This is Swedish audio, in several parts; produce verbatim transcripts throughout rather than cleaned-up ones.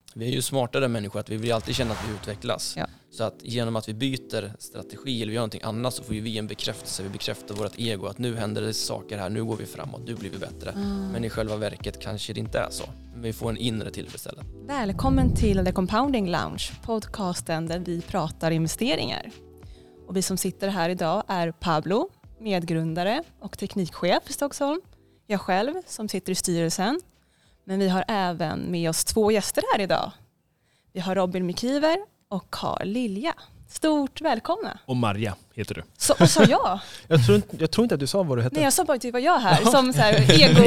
vi är ju smartare människor, att vi vill alltid känna att vi utvecklas. Ja. Så att genom att vi byter strategi eller vi gör någonting annat så får ju vi en bekräftelse. Vi bekräftar vårt ego att nu händer det saker här, nu går vi framåt, nu blir vi bättre. Mm. Men i själva verket kanske det inte är så. Vi får en inre tillfredsställelse. Välkommen till The Compounding Lounge, podcasten där vi pratar investeringar. Och vi som sitter här idag är Pablo, medgrundare och teknikchef i Stockholm. Jag själv som sitter i styrelsen. Men vi har även med oss två gäster här idag. Vi har Robin Mikiver och Carl Lilja. Stort välkomna. Och Marja heter du. Så, vad sa jag? jag, tror inte, jag tror inte att du sa vad du hette. Nej, jag sa bara att det var jag här. Som så här, ego.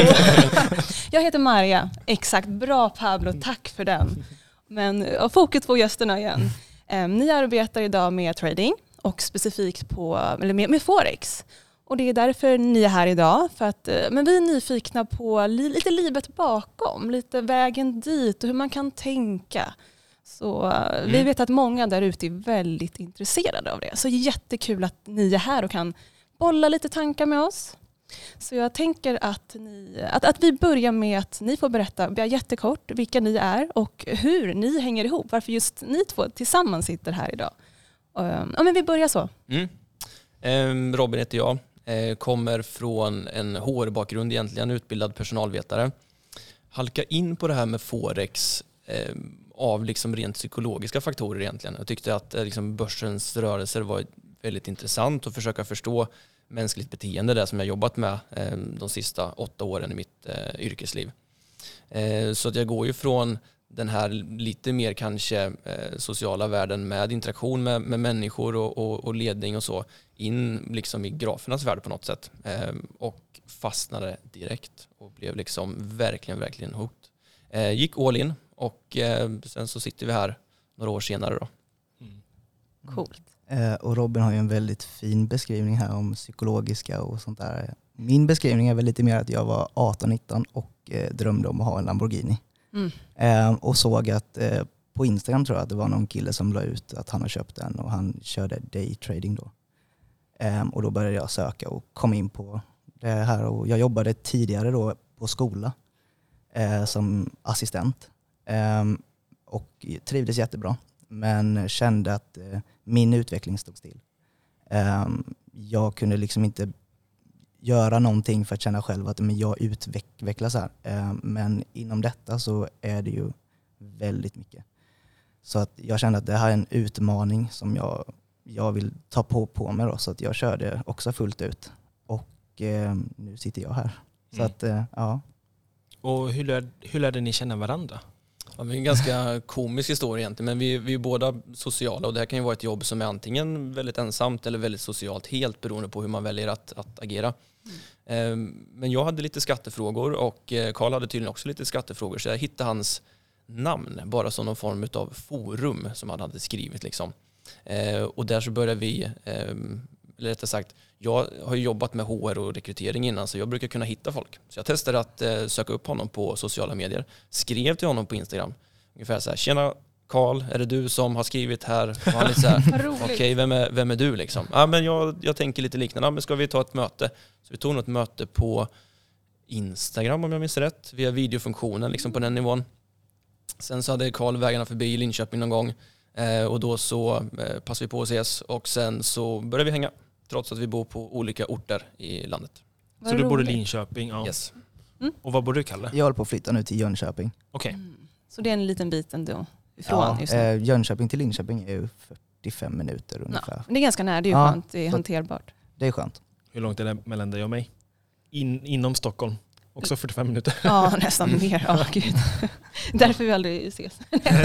Jag heter Marja. Exakt. Bra Pablo, tack för den. Men och fokus på gästerna igen. Um, ni arbetar idag med trading och specifikt på, eller med, med Forex. Och det är därför ni är här idag. För att, men vi är nyfikna på li, lite livet bakom. Lite vägen dit och hur man kan tänka. Så mm. vi vet att många där ute är väldigt intresserade av det. Så jättekul att ni är här och kan bolla lite tankar med oss. Så jag tänker att, ni, att, att vi börjar med att ni får berätta jättekort vilka ni är och hur ni hänger ihop. Varför just ni två tillsammans sitter här idag. Um, ja, men vi börjar så. Mm. Um, Robin heter jag. Uh, kommer från en H R-bakgrund egentligen, utbildad personalvetare. Halka in på det här med Forex uh, av liksom rent psykologiska faktorer egentligen. Jag tyckte att uh, liksom börsens rörelser var väldigt intressant att försöka förstå mänskligt beteende, det som jag jobbat med uh, de sista åtta åren i mitt uh, yrkesliv. Uh, så att jag går ju från den här lite mer kanske eh, sociala världen med interaktion med, med människor och, och, och ledning och så in liksom i grafernas värld på något sätt eh, och fastnade direkt och blev liksom verkligen, verkligen hooked. Eh, gick all in och eh, sen så sitter vi här några år senare då. Mm. Coolt. Eh, och Robin har ju en väldigt fin beskrivning här om psykologiska och sånt där. Min beskrivning är väl lite mer att jag var arton nitton och eh, drömde om att ha en Lamborghini. Mm. Eh, och såg att eh, på Instagram tror jag att det var någon kille som la ut att han har köpt den och han körde daytrading då. Eh, och då började jag söka och kom in på det här och jag jobbade tidigare då på skola eh, som assistent eh, och trivdes jättebra men kände att eh, min utveckling stod still. Eh, jag kunde liksom inte göra någonting för att känna själv att men jag utvecklas här. Eh, men inom detta så är det ju väldigt mycket. Så att jag kände att det här är en utmaning som jag, jag vill ta på, på mig då. Så att jag körde också fullt ut. Och eh, nu sitter jag här. Så mm. att, eh, ja. Och hur, lär, hur lärde ni känna varandra? Ja, det är en ganska komisk historia egentligen, men vi, vi är båda sociala och det här kan ju vara ett jobb som är antingen väldigt ensamt eller väldigt socialt, helt beroende på hur man väljer att, att agera. Mm. Men jag hade lite skattefrågor och Carl hade tydligen också lite skattefrågor, så jag hittade hans namn bara som någon form av forum som han hade skrivit liksom. Och där så började vi, eller rättare sagt, jag har ju jobbat med H R och rekrytering innan så jag brukar kunna hitta folk. Så jag testade att söka upp honom på sociala medier, skrev till honom på Instagram ungefär så här: tjena Carl, är det du som har skrivit här? Och han är så här, okej, okay, vem, är, vem är du liksom? Ja, men jag, jag tänker lite liknande, ja, men ska vi ta ett möte? Så vi tog ett möte på Instagram om jag minns rätt, via videofunktionen liksom på den nivån. Sen så hade Carl vägarna förbi Linköping någon gång eh, och då så eh, passade vi på att ses och sen så började vi hänga trots att vi bor på olika orter i landet. Vad så du bor i Linköping? Ja. Yes. Mm. Och vad bor du, Kalle? Jag håller på att flytta nu till Jönköping. Okej. Okay. Mm. Så det är en liten bit ändå ifrån ja, eh, Jönköping till Linköping är ju fyrtiofem minuter ungefär. Ja, det är ganska nära, det är ju ja, skönt, det är hanterbart. Det är skönt. Hur långt är det mellan dig och mig? In, inom Stockholm? Också fyrtiofem minuter. Ja, nästan mer. Ja, gud. Därför vi aldrig ses.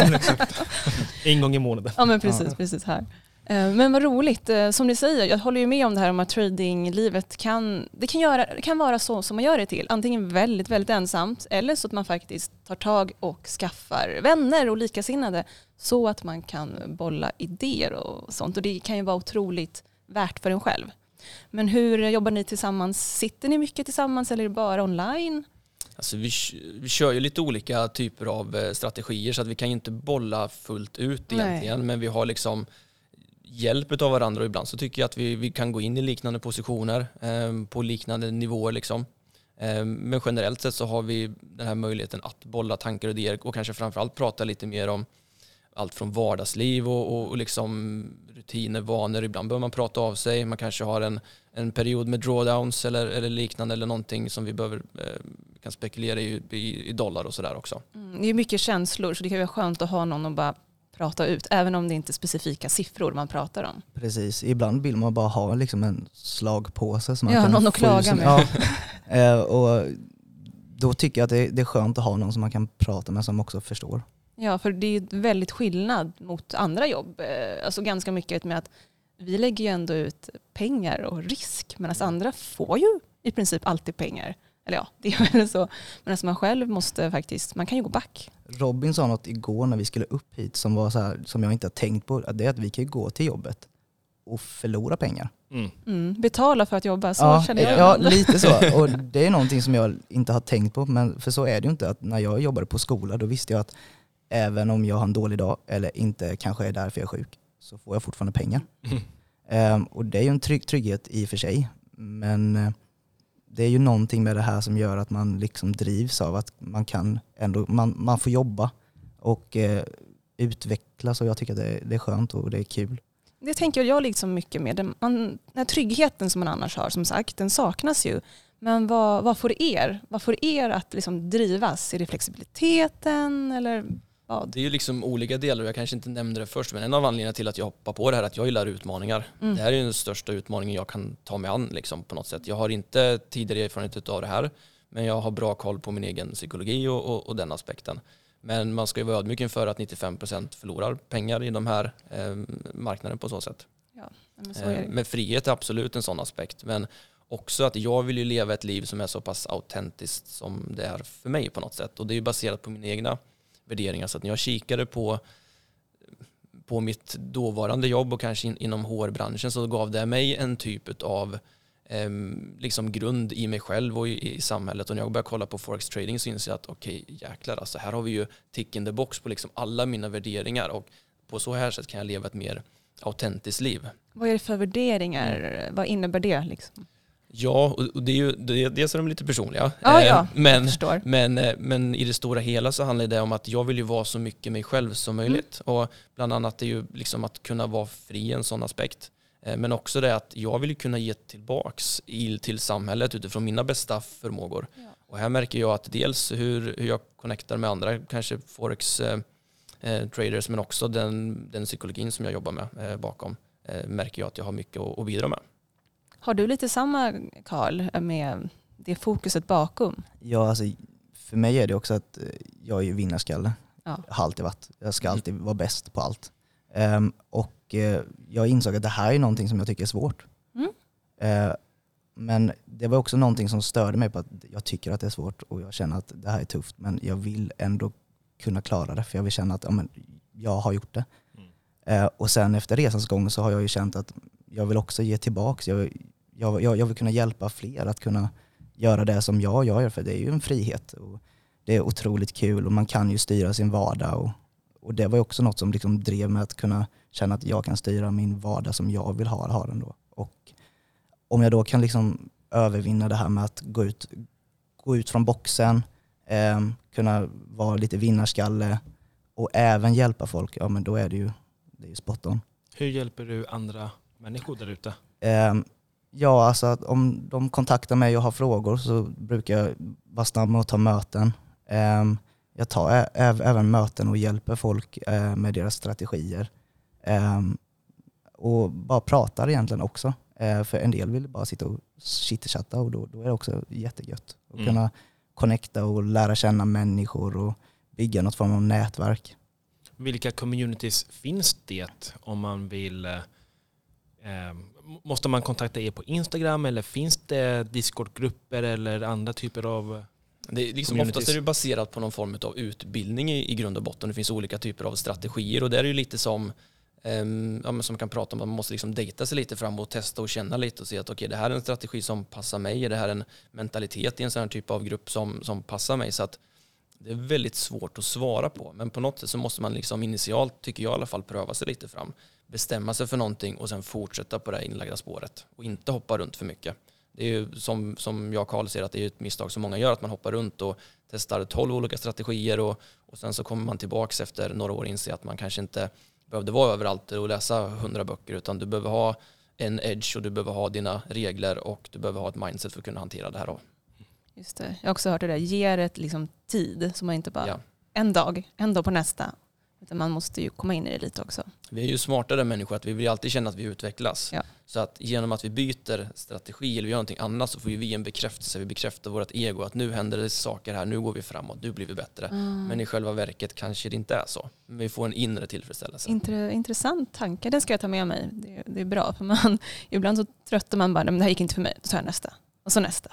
En gång i månaden. Ja, men precis, ja. precis här. Men vad roligt. Som ni säger, jag håller ju med om det här om att tradinglivet kan, det kan, göra, det kan vara så som man gör det till. Antingen väldigt, väldigt ensamt eller så att man faktiskt tar tag och skaffar vänner och likasinnade så att man kan bolla idéer och sånt. Och det kan ju vara otroligt värt för en själv. Men hur jobbar ni tillsammans? Sitter ni mycket tillsammans eller är det bara online? Alltså vi, vi kör ju lite olika typer av strategier så att vi kan ju inte bolla fullt ut egentligen. Nej. Men vi har liksom hjälp av varandra och ibland så tycker jag att vi, vi kan gå in i liknande positioner eh, på liknande nivåer liksom. Men generellt sett så har vi den här möjligheten att bolla tankar och idéer och kanske framförallt prata lite mer om allt från vardagsliv och, och liksom rutiner, vanor. Ibland behöver man prata av sig. Man kanske har en, en period med drawdowns eller, eller liknande eller någonting som vi behöver, eh, kan spekulera i, i, i dollar och sådär också. Mm, det är mycket känslor så det kan vara skönt att ha någon att bara prata ut även om det inte är specifika siffror man pratar om. Precis, ibland vill man bara ha liksom en slagpåse som man ja, kan någon att klaga med. Ja. och då tycker jag att det, det är skönt att ha någon som man kan prata med som också förstår. Ja, för det är väldigt skillnad mot andra jobb. Alltså ganska mycket med att vi lägger ju ändå ut pengar och risk medan andra får ju i princip alltid pengar. Eller ja, det är väl så. Men alltså man själv måste faktiskt, man kan ju gå back. Robin sa något igår när vi skulle upp hit som var så här, som jag inte har tänkt på. Det är att vi kan ju gå till jobbet och förlora pengar. Mm. Mm, betala för att jobba, så ja, känner jag. Ja, lite så. Och det är någonting som jag inte har tänkt på. Men för så är det ju inte. Att när jag jobbade på skola då visste jag att även om jag har en dålig dag eller inte kanske är därför jag är sjuk så får jag fortfarande pengar. Mm. Um, och det är ju en trygg, trygghet i och för sig. Men uh, det är ju någonting med det här som gör att man liksom drivs av att man kan ändå, man, man får jobba och uh, utvecklas och jag tycker att det, det är skönt och det är kul. Det tänker jag liksom mycket med. Den, man, den här tryggheten som man annars har som sagt, den saknas ju. Men vad, vad får er? Vad får er att liksom drivas? Är det flexibiliteten eller vad? Det är ju liksom olika delar och jag kanske inte nämnde det först men en av anledningarna till att jag hoppar på det här är att jag gillar utmaningar. Mm. Det här är ju den största utmaningen jag kan ta mig an liksom, på något sätt. Jag har inte tidigare erfarenhet av det här men jag har bra koll på min egen psykologi och, och, och den aspekten. Men man ska ju vara ödmjuk för att nittiofem procent förlorar pengar i de här eh, marknaden på så sätt. Ja, men, så är det. Eh, men frihet är absolut en sån aspekt. Men också att jag vill ju leva ett liv som är så pass autentiskt som det är för mig på något sätt. Och det är ju baserat på mina egna värderingar. Så att när jag kikade på, på mitt dåvarande jobb och kanske in, inom H R-branschen så gav det mig en typ av eh, liksom grund i mig själv och i, i samhället. Och när jag började kolla på Forex trading så inser jag att okej, okay, jäklar, alltså här har vi ju tick in the box på liksom alla mina värderingar. Och på så här sätt kan jag leva ett mer autentiskt liv. Vad är det för värderingar? Mm. Vad innebär det liksom? Ja, och det är ju det, dels är de lite personliga. Ja, ja, men, men, men i det stora hela så handlar det om att jag vill ju vara så mycket mig själv som möjligt. Mm. Och bland annat är ju liksom att kunna vara fri en sån aspekt. Men också det att jag vill ju kunna ge tillbaks till samhället utifrån mina bästa förmågor. Ja. Och här märker jag att dels hur, hur jag connectar med andra, kanske Forex eh, traders, men också den, den psykologin som jag jobbar med eh, bakom, eh, märker jag att jag har mycket att, att bidra med. Har du lite samma, Carl, med det fokuset bakom? Ja, alltså, för mig är det också att jag är ju vinnarskalle. Ja. Jag har alltid varit. Jag ska alltid vara bäst på allt. Um, och uh, jag insåg att det här är någonting som jag tycker är svårt. Mm. Uh, men det var också någonting som störde mig på att jag tycker att det är svårt och jag känner att det här är tufft. Men jag vill ändå kunna klara det för jag vill känna att ja, men, jag har gjort det. Mm. Uh, och sen efter resans gång så har jag ju känt att jag vill också ge tillbaka. Jag, jag, jag, jag vill kunna hjälpa fler att kunna göra det som jag gör, för det är ju en frihet. Och det är otroligt kul och man kan ju styra sin vardag. Och, och det var ju också något som liksom drev mig att kunna känna att jag kan styra min vardag som jag vill ha, ha den då. Och om jag då kan liksom övervinna det här med att gå ut, gå ut från boxen, eh, kunna vara lite vinnarskalle och även hjälpa folk, ja men då är det ju, det är ju spot on. Hur hjälper du andra människor där ute? Um, ja, alltså att om de kontaktar mig och har frågor så brukar jag vara snabb med att ta möten. Um, jag tar ä- ä- även möten och hjälper folk uh, med deras strategier. Um, och bara pratar egentligen också. Uh, för en del vill bara sitta och chitchatta och då, då är det också jättegött. Att mm. kunna connecta och lära känna människor och bygga något form av nätverk. Vilka communities finns det om man vill... Eh, måste man kontakta er på Instagram eller finns det Discord-grupper eller andra typer av det är liksom oftast är det baserat på någon form av utbildning i, i grund och botten. Det finns olika typer av strategier och det är ju lite som um, ja, men som man kan prata om, man måste liksom dejta sig lite fram och testa och känna lite och se att okej, okay, det här är en strategi som passar mig, är det här en mentalitet i en sån här typ av grupp som, som passar mig, så att det är väldigt svårt att svara på, men på något sätt så måste man liksom initialt, tycker jag i alla fall, pröva sig lite fram, bestämma sig för någonting och sen fortsätta på det inlagda spåret och inte hoppa runt för mycket. Det är ju som, som jag och Carl ser att det är ett misstag som många gör, att man hoppar runt och testar tolv olika strategier och, och sen så kommer man tillbaka efter några år och inser att man kanske inte behövde vara överallt och läsa hundra böcker, utan du behöver ha en edge och du behöver ha dina regler och du behöver ha ett mindset för att kunna hantera det här då. Just det. Jag har också hört det där, ger ett liksom tid så man inte bara Ja. en dag, en dag på nästa. Utan man måste ju komma in i det lite också. Vi är ju smartare människor, att vi vill alltid känna att vi utvecklas. Ja. Så att genom att vi byter strategi eller vi gör någonting annat så får ju vi en bekräftelse. Vi bekräftar vårt ego att nu händer det saker här, nu går vi framåt, nu blir vi bättre. Mm. Men i själva verket kanske det inte är så. Men vi får en inre tillfredsställelse. Intre, intressant tanke, den ska jag ta med mig. Det, det är bra, för man, ibland så tröttar man bara, men det här gick inte för mig, då tar jag nästa. Och så nästa.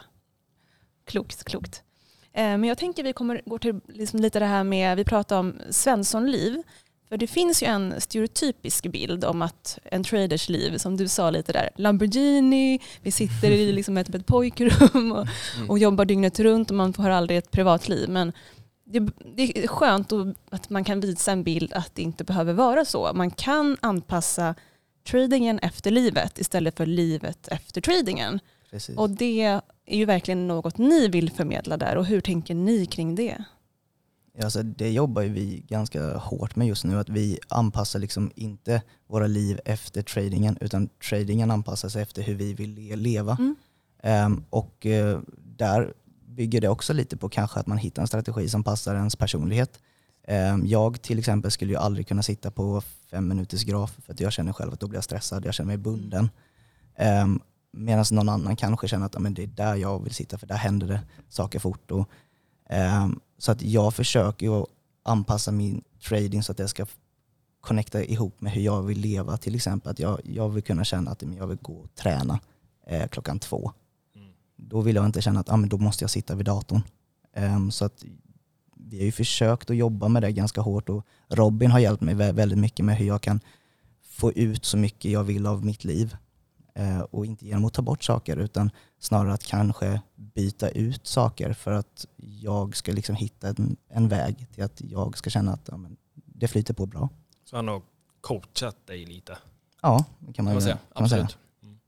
Klokt, klokt. Eh, men jag tänker vi kommer gå till liksom lite det här med, vi pratar om Svenssonliv. För det finns ju en stereotypisk bild om att en traders liv, som du sa lite där, Lamborghini, vi sitter i liksom ett, ett pojkrum och, Mm. och jobbar dygnet runt och man har aldrig ett privatliv. Men det, det är skönt att man kan visa en bild att det inte behöver vara så. Man kan anpassa tradingen efter livet istället för livet efter tradingen. Precis. Och det är ju verkligen något ni vill förmedla där. Och hur tänker ni kring det? Ja, alltså det jobbar ju vi ganska hårt med just nu, att vi anpassar liksom inte våra liv efter tradingen, utan tradingen anpassar sig efter hur vi vill le- leva. Mm. Um, och uh, där bygger det också lite på kanske att man hittar en strategi som passar ens personlighet. Um, jag till exempel skulle ju aldrig kunna sitta på fem minuters graf för att jag känner själv att då blir jag stressad, jag känner mig bunden. Um, Medan någon annan kanske känner att men det är där jag vill sitta för där händer det saker fort. Och, um, så att jag försöker ju anpassa min trading så att det ska connecta ihop med hur jag vill leva. Till exempel att jag, jag vill kunna känna att jag vill gå och träna eh, klockan två. Mm. Då vill jag inte känna att ah, men då måste jag sitta vid datorn. Um, så att vi har ju försökt att jobba med det ganska hårt och Robin har hjälpt mig väldigt mycket med hur jag kan få ut så mycket jag vill av mitt liv. Uh, och inte genom att ta bort saker utan snarare att kanske byta ut saker för att jag ska liksom hitta en, en väg till att jag ska känna att ja, men det flyter på bra. Så han har coachat dig lite? Ja, det kan man, Kan man säga. kan man säga. Absolut.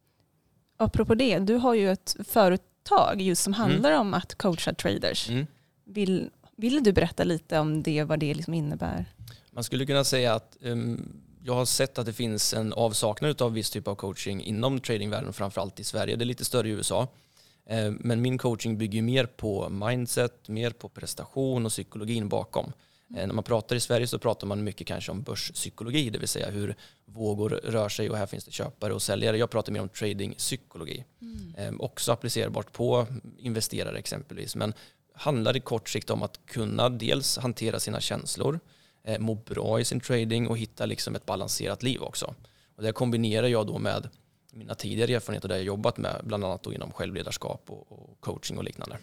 Apropå det, du har ju ett företag just som handlar Mm. om att coacha traders. Mm. Vill, vill du berätta lite om det, vad det liksom innebär? Man skulle kunna säga att um, jag har sett att det finns en avsaknad av viss typ av coaching inom tradingvärlden, framförallt i Sverige. Det är lite större i U S A. Eh, men min coaching bygger mer på mindset, mer på prestation och psykologin bakom. Eh, när man pratar i Sverige så pratar man mycket kanske om börspsykologi, det vill säga hur vågor rör sig och här finns det köpare och säljare. Jag pratar mer om tradingpsykologi. Mm. Eh, också applicerbart på investerare exempelvis. Men handlar i kort sikt om att kunna dels hantera sina känslor, eh, må bra i sin trading och hitta liksom ett balanserat liv också. Och det kombinerar jag då med mina tidigare erfarenheter där jag jobbat med, bland annat då inom självledarskap och, och coaching och liknande.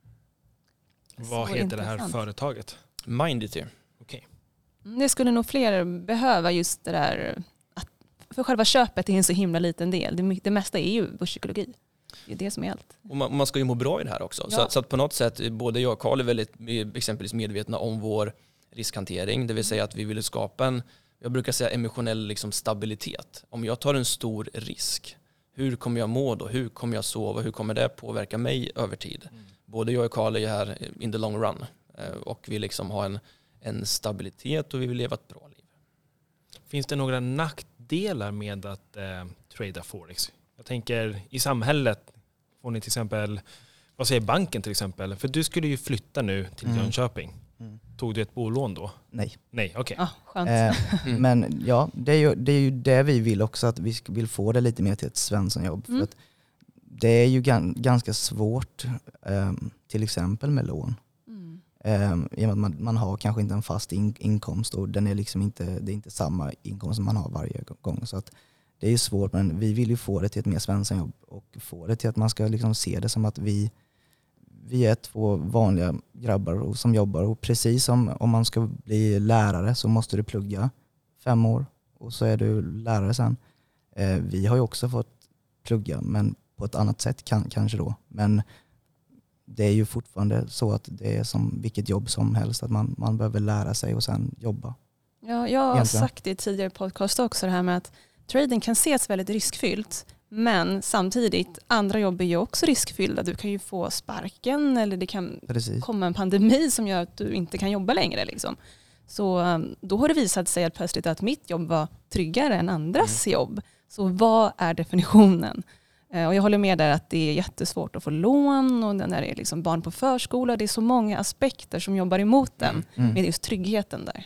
Vad Så heter det här intressant. företaget? Mindity. Okej. Mm, Det skulle nog fler behöva, just det där att för själva köpet är en så himla liten del. Det, det mesta är ju börspsykologi. Det är det som är allt. Och man, man ska ju må bra i det här också. Ja. Så, så att på något sätt, både jag och Carl är väldigt exempelvis medvetna om vår riskhantering. Det vill säga att vi vill skapa en, jag brukar säga emotionell liksom stabilitet. Om jag tar en stor risk, hur kommer jag må då? Hur kommer jag sova? Hur kommer det påverka mig över tid? Mm. Både jag och Carl är här in the long run. Och vi liksom har en, en stabilitet och vi vill leva ett bra liv. Finns det några nackdelar med att eh, trada forex? Jag tänker i samhället får ni till exempel, vad säger banken till exempel? För du skulle ju flytta nu till Mm. Jönköping. Mm. Tog du ett bolån då? Nej. Nej, okej. Ja, skönt. Eh, Mm. Men ja, det är, ju, det är ju det vi vill också, att vi sk- vill få det lite mer till ett Svenssonjobb. Mm. För att det är ju gan, ganska svårt, um, till exempel med lån. Mm. Um, I och med att man, man har kanske inte en fast in, inkomst och den är liksom inte, det är inte samma inkomst som man har varje gång. Så att det är ju svårt, men vi vill ju få det till ett mer Svenssonjobb och få det till att man ska liksom se det som att vi, vi är två vanliga grabbar som jobbar. Och precis som om man ska bli lärare så måste du plugga fem år och så är du lärare sen. Eh, vi har ju också fått plugga, men på ett annat sätt kan, kanske då. Men det är ju fortfarande så att det är som vilket jobb som helst, att man, man behöver lära sig och sen jobba. Ja, jag har Egentligen. sagt det i tidigare podcast också, det här med att trading kan ses väldigt riskfyllt, Men samtidigt, andra jobb är ju också riskfyllda. Du kan ju få sparken eller det kan Precis. komma en pandemi som gör att du inte kan jobba längre. Liksom. Så då har det visat sig att plötsligt att mitt jobb var tryggare än andras mm. jobb. Så vad är definitionen? Och jag håller med där att det är jättesvårt att få lån och när det är liksom barn på förskola. Det är så många aspekter som jobbar emot den mm. med just tryggheten där.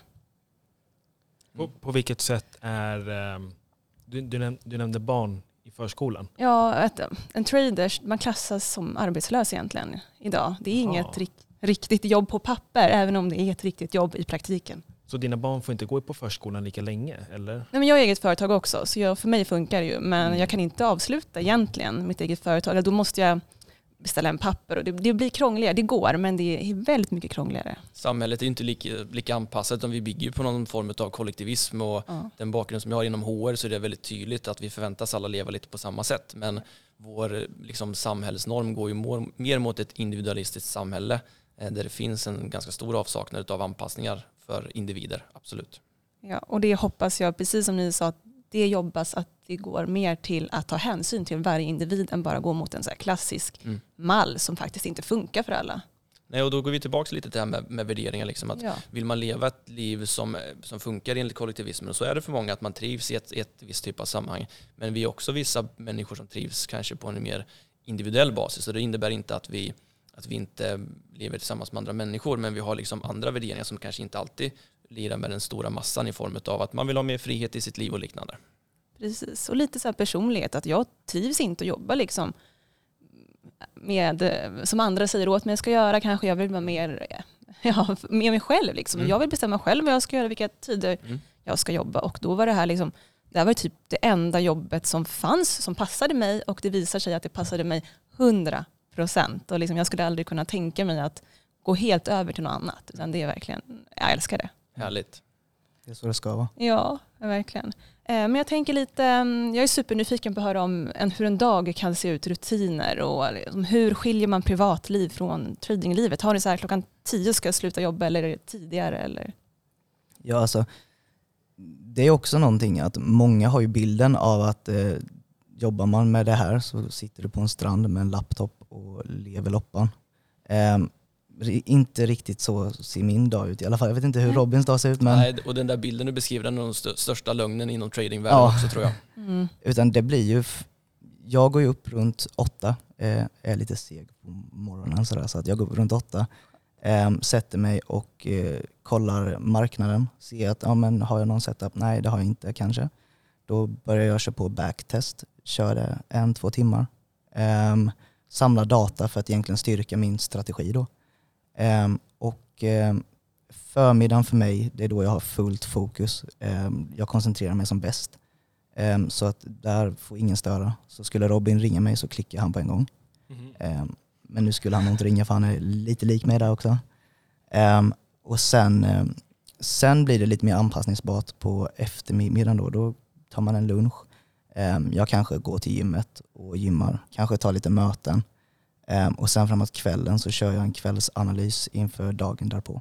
På, på vilket sätt är... Du, du, näm, du nämnde barn i förskolan. Ja, ett, en trader, man klassas som arbetslös egentligen idag. Det är Aha. inget rik, riktigt jobb på papper, även om det är ett riktigt jobb i praktiken. Så dina barn får inte gå på förskolan lika länge, eller? Nej, men jag har eget företag också, så jag, för mig funkar det ju. Men mm. jag kan inte avsluta egentligen mitt eget företag. Då måste jag beställa en papper och det, det blir krångligare. Det går, men det är väldigt mycket krångligare. Samhället är inte lika, lika anpassat, utan vi bygger på någon form av kollektivism och ja. Den bakgrund som jag har inom H R så är det väldigt tydligt att vi förväntas alla leva lite på samma sätt. Men vår liksom, samhällsnorm går ju more, mer mot ett individualistiskt samhälle eh, där det finns en ganska stor avsaknad av anpassningar för individer, absolut. Ja, och det hoppas jag, precis som ni sa, att det jobbas att det går mer till att ta hänsyn till varje individ än bara gå mot en så här klassisk mm. mall som faktiskt inte funkar för alla. Nej, och då går vi tillbaka lite till det här med, med värderingar. Liksom, att ja. Vill man leva ett liv som, som funkar enligt kollektivismen, så är det för många att man trivs i ett, ett visst typ av sammanhang. Men vi är också vissa människor som trivs kanske på en mer individuell basis. Så det innebär inte att vi, att vi inte lever tillsammans med andra människor, men vi har liksom andra värderingar som kanske inte alltid lirar med den stora massan i form av att man vill ha mer frihet i sitt liv och liknande. Precis, och lite så här personlighet, att jag trivs inte att jobba liksom med, som andra säger åt mig jag ska göra, kanske jag vill vara mer ja, med mig själv liksom. Mm. Jag vill bestämma själv vad jag ska göra, vilka tider mm. jag ska jobba, och då var det här liksom, det här var typ det enda jobbet som fanns som passade mig, och det visar sig att det passade mig hundra procent, och liksom jag skulle aldrig kunna tänka mig att gå helt över till något annat, utan det är verkligen, jag älskar det. Härligt. Det är så det ska vara. Ja, verkligen. Men jag tänker lite, jag är supernyfiken på att höra om hur en dag kan se ut, rutiner och hur skiljer man privatliv från tradinglivet? Har ni så här klockan tio ska jag sluta jobba, eller är det tidigare? Eller? Ja, alltså det är också någonting att många har ju bilden av att eh, jobbar man med det här så sitter du på en strand med en laptop och lever loppan. Eh, Inte riktigt så ser min dag ut i alla fall. Jag vet inte hur Robins dag ser ut. Men... Nej, och den där bilden du beskriver, den är den st- största lögnen inom tradingvärlden ja. också, tror jag. Mm. Utan det blir ju... F- jag går ju upp runt åtta. Eh, är lite seg på morgonen sådär, så att jag går upp runt åtta. Eh, sätter mig och eh, kollar marknaden. Ser att, ja men har jag någon setup? Nej, det har jag inte kanske. Då börjar jag köra på backtest. Kör det en, två timmar. Eh, samlar data för att egentligen styrka min strategi då. Um, och um, förmiddagen för mig, det är då jag har fullt fokus. Um, jag koncentrerar mig som bäst. Um, så att där får ingen störa. Så skulle Robin ringa mig så klickar han på en gång. Mm. Um, men nu skulle han nog inte ringa, för han är lite lik mig där också. Um, och sen, um, sen blir det lite mer anpassningsbart på eftermiddagen då. Då tar man en lunch. Um, jag kanske går till gymmet och gymmar. Kanske tar lite möten. Um, och sen framåt kvällen så kör jag en kvällsanalys inför dagen därpå.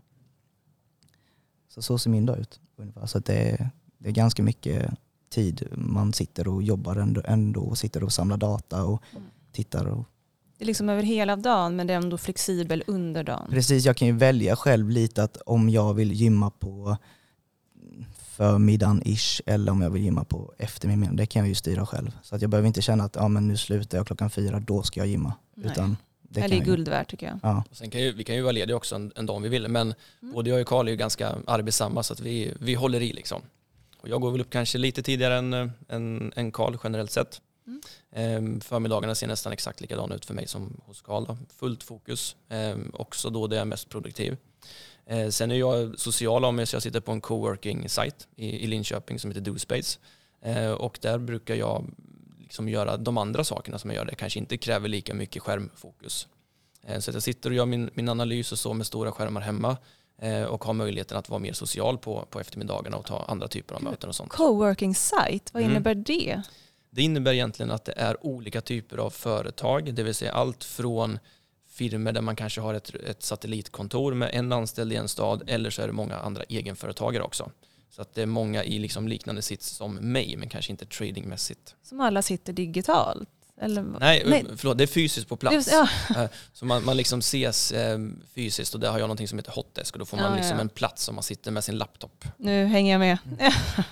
Så så ser min dag ut ungefär. Så att det, är, det är ganska mycket tid man sitter och jobbar ändå, ändå och sitter och samlar data och mm. tittar. Och... Det är liksom över hela dagen, men det är ändå flexibel under dagen. Precis, jag kan ju välja själv lite att om jag vill gymma på förmiddagen ish eller om jag vill gymma på eftermiddagen. Det kan jag ju styra själv. Så att jag behöver inte känna att ja, men nu slutar jag klockan fyra, då ska jag gymma. Utan det, kan det är guld värt tycker jag. Ja. Sen kan ju, vi kan ju vara lediga också en, en dag om vi vill, men mm. både jag och Karl är ju ganska arbetsamma, så att vi, vi håller i liksom. Och jag går väl upp kanske lite tidigare än, än, än Karl generellt sett. Mm. Ehm, förmiddagarna ser nästan exakt likadana ut för mig som hos Karl. Fullt fokus, ehm, också då det är mest produktiv. Ehm, sen är jag social om mig, så jag sitter på en coworking-sajt i, i Linköping som heter DoSpace. Ehm, och där brukar jag liksom göra de andra sakerna som jag gör. Det kanske inte kräver lika mycket skärmfokus. Ehm, så att jag sitter och gör min, min analys och så med stora skärmar hemma. Och har möjligheten att vara mer social på, på eftermiddagarna och ta andra typer av möten och sånt. Coworking site, vad innebär mm. det? Det innebär egentligen att det är olika typer av företag. Det vill säga allt från firmor där man kanske har ett, ett satellitkontor med en anställd i en stad, eller så är det många andra egenföretagare också. Så att det är många i liksom liknande sits som mig, men kanske inte tradingmässigt. Som alla sitter digitalt? Eller? Nej, Nej, förlåt, det är fysiskt på plats. Ja. Så man, man liksom ses eh, fysiskt, och där har jag någonting som heter hotdesk, och då får man Ja, liksom ja. en plats som man sitter med sin laptop. Nu hänger jag med. Mm.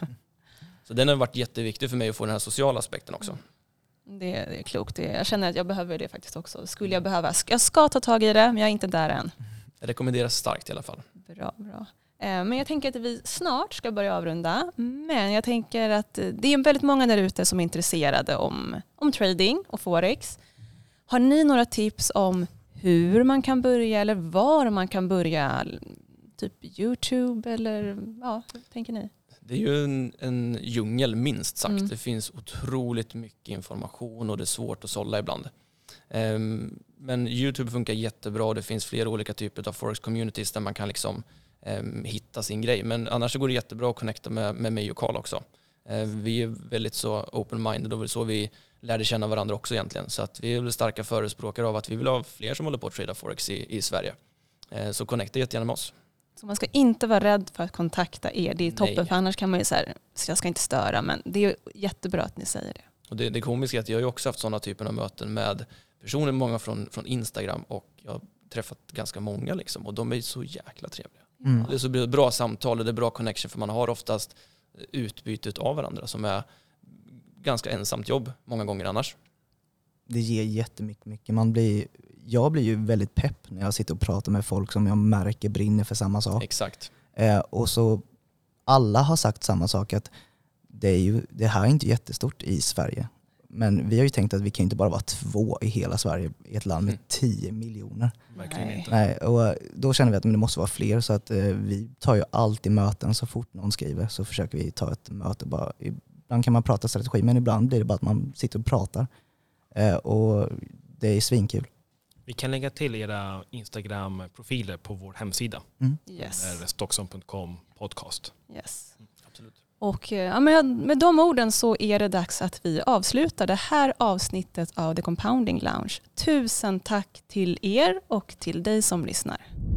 Så den har varit jätteviktig för mig att få den här sociala aspekten också. Det, det är klokt. Det, jag känner att jag behöver det faktiskt också. Skulle jag behöva, jag ska ta tag i det, men jag är inte där än. Jag rekommenderar starkt i alla fall. Bra, bra. Men jag tänker att vi snart ska börja avrunda. Men jag tänker att det är väldigt många där ute som är intresserade om, om trading och forex. Har ni några tips om hur man kan börja eller var man kan börja? Typ YouTube eller ja, hur tänker ni? Det är ju en, en djungel minst sagt. Mm. Det finns otroligt mycket information och det är svårt att sålla ibland. Um, men YouTube funkar jättebra, och det finns flera olika typer av forex communities där man kan liksom um, hitta sin grej. Men annars går det jättebra att connecta med, med mig och Carl också. Uh, vi är väldigt så open-minded, och så vi lärde känna varandra också egentligen. Så att vi är starka förespråkare av att vi vill ha fler som håller på att trada forex i, i Sverige. Uh, så connecta jättegärna med oss. Så man ska inte vara rädd för att kontakta er. Det är toppen. Nej. För annars kan man ju säga, så jag ska inte störa, men det är jättebra att ni säger det. Och det, det komiska är att jag har ju också haft sådana typer av möten med personer, många från, från Instagram, och jag har träffat ganska många liksom, och de är så jäkla trevliga. Mm. Det är så bra samtal och det är bra connection, för man har oftast utbytet av varandra som är ganska ensamt jobb många gånger annars. Det ger jättemycket. Mycket. Man blir, jag blir ju väldigt pepp när jag sitter och pratar med folk som jag märker brinner för samma sak. Exakt. Eh, och så alla har sagt samma sak, att det, är ju, det här är inte jättestort i Sverige. Men vi har ju tänkt att vi kan inte bara vara två i hela Sverige, i ett land med mm. tio miljoner. Verkligen inte. Nej, och då känner vi att men det måste vara fler, så att eh, vi tar ju alltid möten så fort någon skriver, så försöker vi ta ett möte. Bara, ibland kan man prata strategi, men ibland blir det bara att man sitter och pratar. Eh, och det är svinkul. Vi kan lägga till era Instagram-profiler på vår hemsida. Mm. Yes. Stockson punkt com podcast. Yes. Mm, absolut. Och ja, med, med de orden så är det dags att vi avslutar det här avsnittet av The Compounding Lounge. Tusen tack till er och till dig som lyssnar.